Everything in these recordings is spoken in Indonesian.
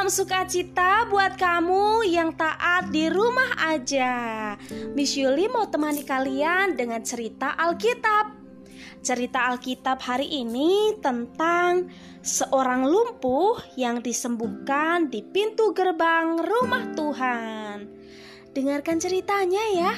Salam sukacita buat kamu yang taat di rumah aja. Miss Yuli mau temani kalian dengan cerita Alkitab. Cerita Alkitab hari ini tentang seorang lumpuh yang disembuhkan di pintu gerbang rumah Tuhan. Dengarkan ceritanya ya.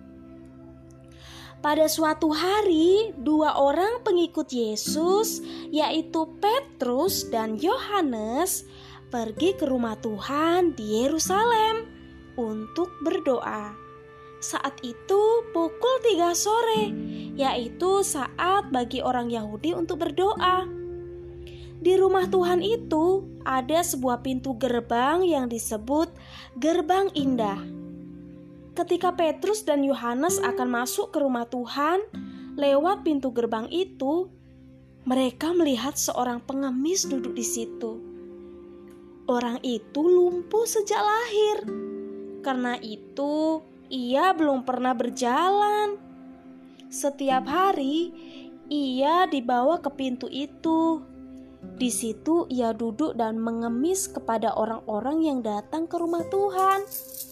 Pada suatu hari, dua orang pengikut Yesus, yaitu Petrus dan Yohanes, pergi ke rumah Tuhan di Yerusalem untuk berdoa. Saat itu pukul 3 sore, yaitu saat bagi orang Yahudi untuk berdoa. Di rumah Tuhan itu ada sebuah pintu gerbang yang disebut Gerbang Indah. Ketika Petrus dan Yohanes akan masuk ke rumah Tuhan lewat pintu gerbang itu, mereka melihat seorang pengemis duduk di situ. Orang itu lumpuh sejak lahir. Karena itu, ia belum pernah berjalan. Setiap hari, ia dibawa ke pintu itu. Di situ ia duduk dan mengemis kepada orang-orang yang datang ke rumah Tuhan.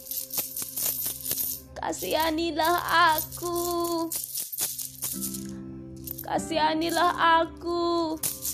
Kasihanilah aku. Kasihanilah aku.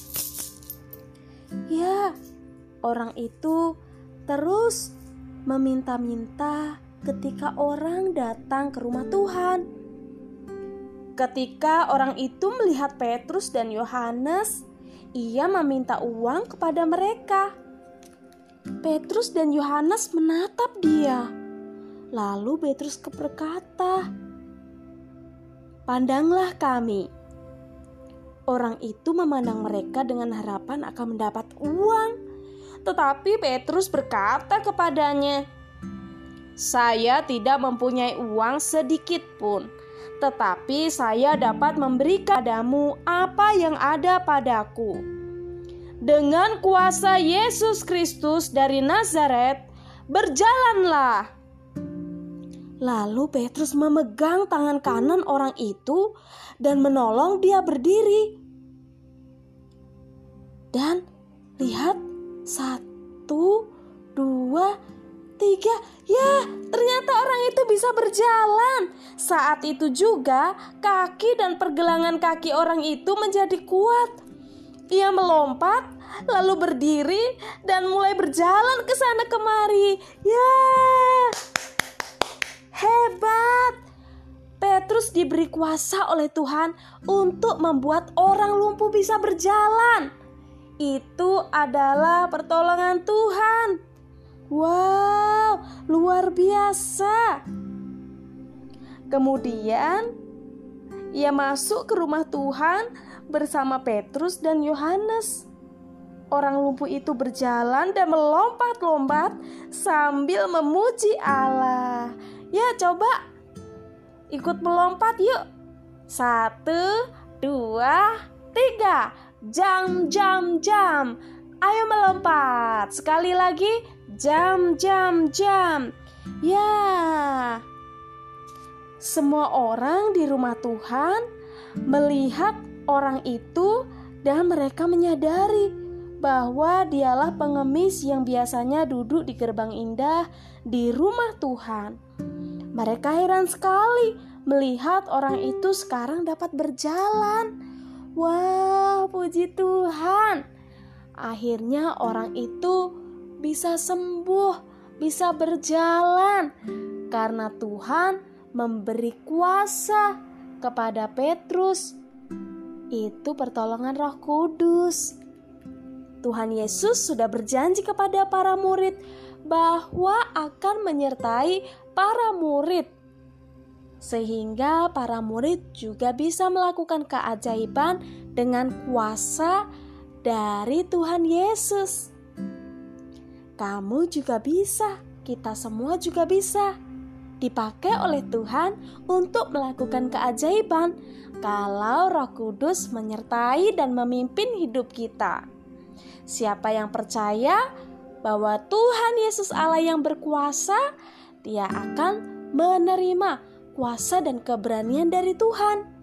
Ya, orang itu terus meminta-minta ketika orang datang ke rumah Tuhan. Ketika orang itu melihat Petrus dan Yohanes, ia meminta uang kepada mereka. Petrus dan Yohanes menatap dia. Lalu Petrus berkata, "Pandanglah kami." Orang itu memandang mereka dengan harapan akan mendapat uang. Tetapi Petrus berkata kepadanya, "Saya tidak mempunyai uang sedikit pun, tetapi saya dapat memberikan padamu apa yang ada padaku. Dengan kuasa Yesus Kristus dari Nazaret, berjalanlah." Lalu Petrus memegang tangan kanan orang itu dan menolong dia berdiri. Dan lihat, 1, 2, 3. Ya, ternyata orang itu bisa berjalan. Saat itu juga kaki dan pergelangan kaki orang itu menjadi kuat. Ia melompat, lalu berdiri dan mulai berjalan ke sana kemari. Ya, hebat! Petrus diberi kuasa oleh Tuhan untuk membuat orang lumpuh bisa berjalan. Itu adalah pertolongan Tuhan. Wow, luar biasa. Kemudian ia masuk ke rumah Tuhan bersama Petrus dan Yohanes. Orang lumpuh itu berjalan dan melompat-lompat sambil memuji Allah. Ya, coba ikut melompat yuk. 1, 2, 3. Jam, jam, jam. Ayo melompat. Sekali lagi. Jam, jam, jam. Ya. Semua orang di rumah Tuhan melihat orang itu dan mereka menyadari bahwa dialah pengemis yang biasanya duduk di gerbang indah di rumah Tuhan. Mereka heran sekali melihat orang itu sekarang dapat berjalan. Wah, puji Tuhan. Akhirnya orang itu bisa sembuh, bisa berjalan. Karena Tuhan memberi kuasa kepada Petrus. Itu pertolongan Roh Kudus. Tuhan Yesus sudah berjanji kepada para murid bahwa akan menyertai para murid, sehingga para murid juga bisa melakukan keajaiban dengan kuasa dari Tuhan Yesus. Kamu juga bisa, kita semua juga bisa dipakai oleh Tuhan untuk melakukan keajaiban kalau Roh Kudus menyertai dan memimpin hidup kita. Siapa yang percaya bahwa Tuhan Yesus Allah yang berkuasa, dia akan menerima kuasa dan keberanian dari Tuhan.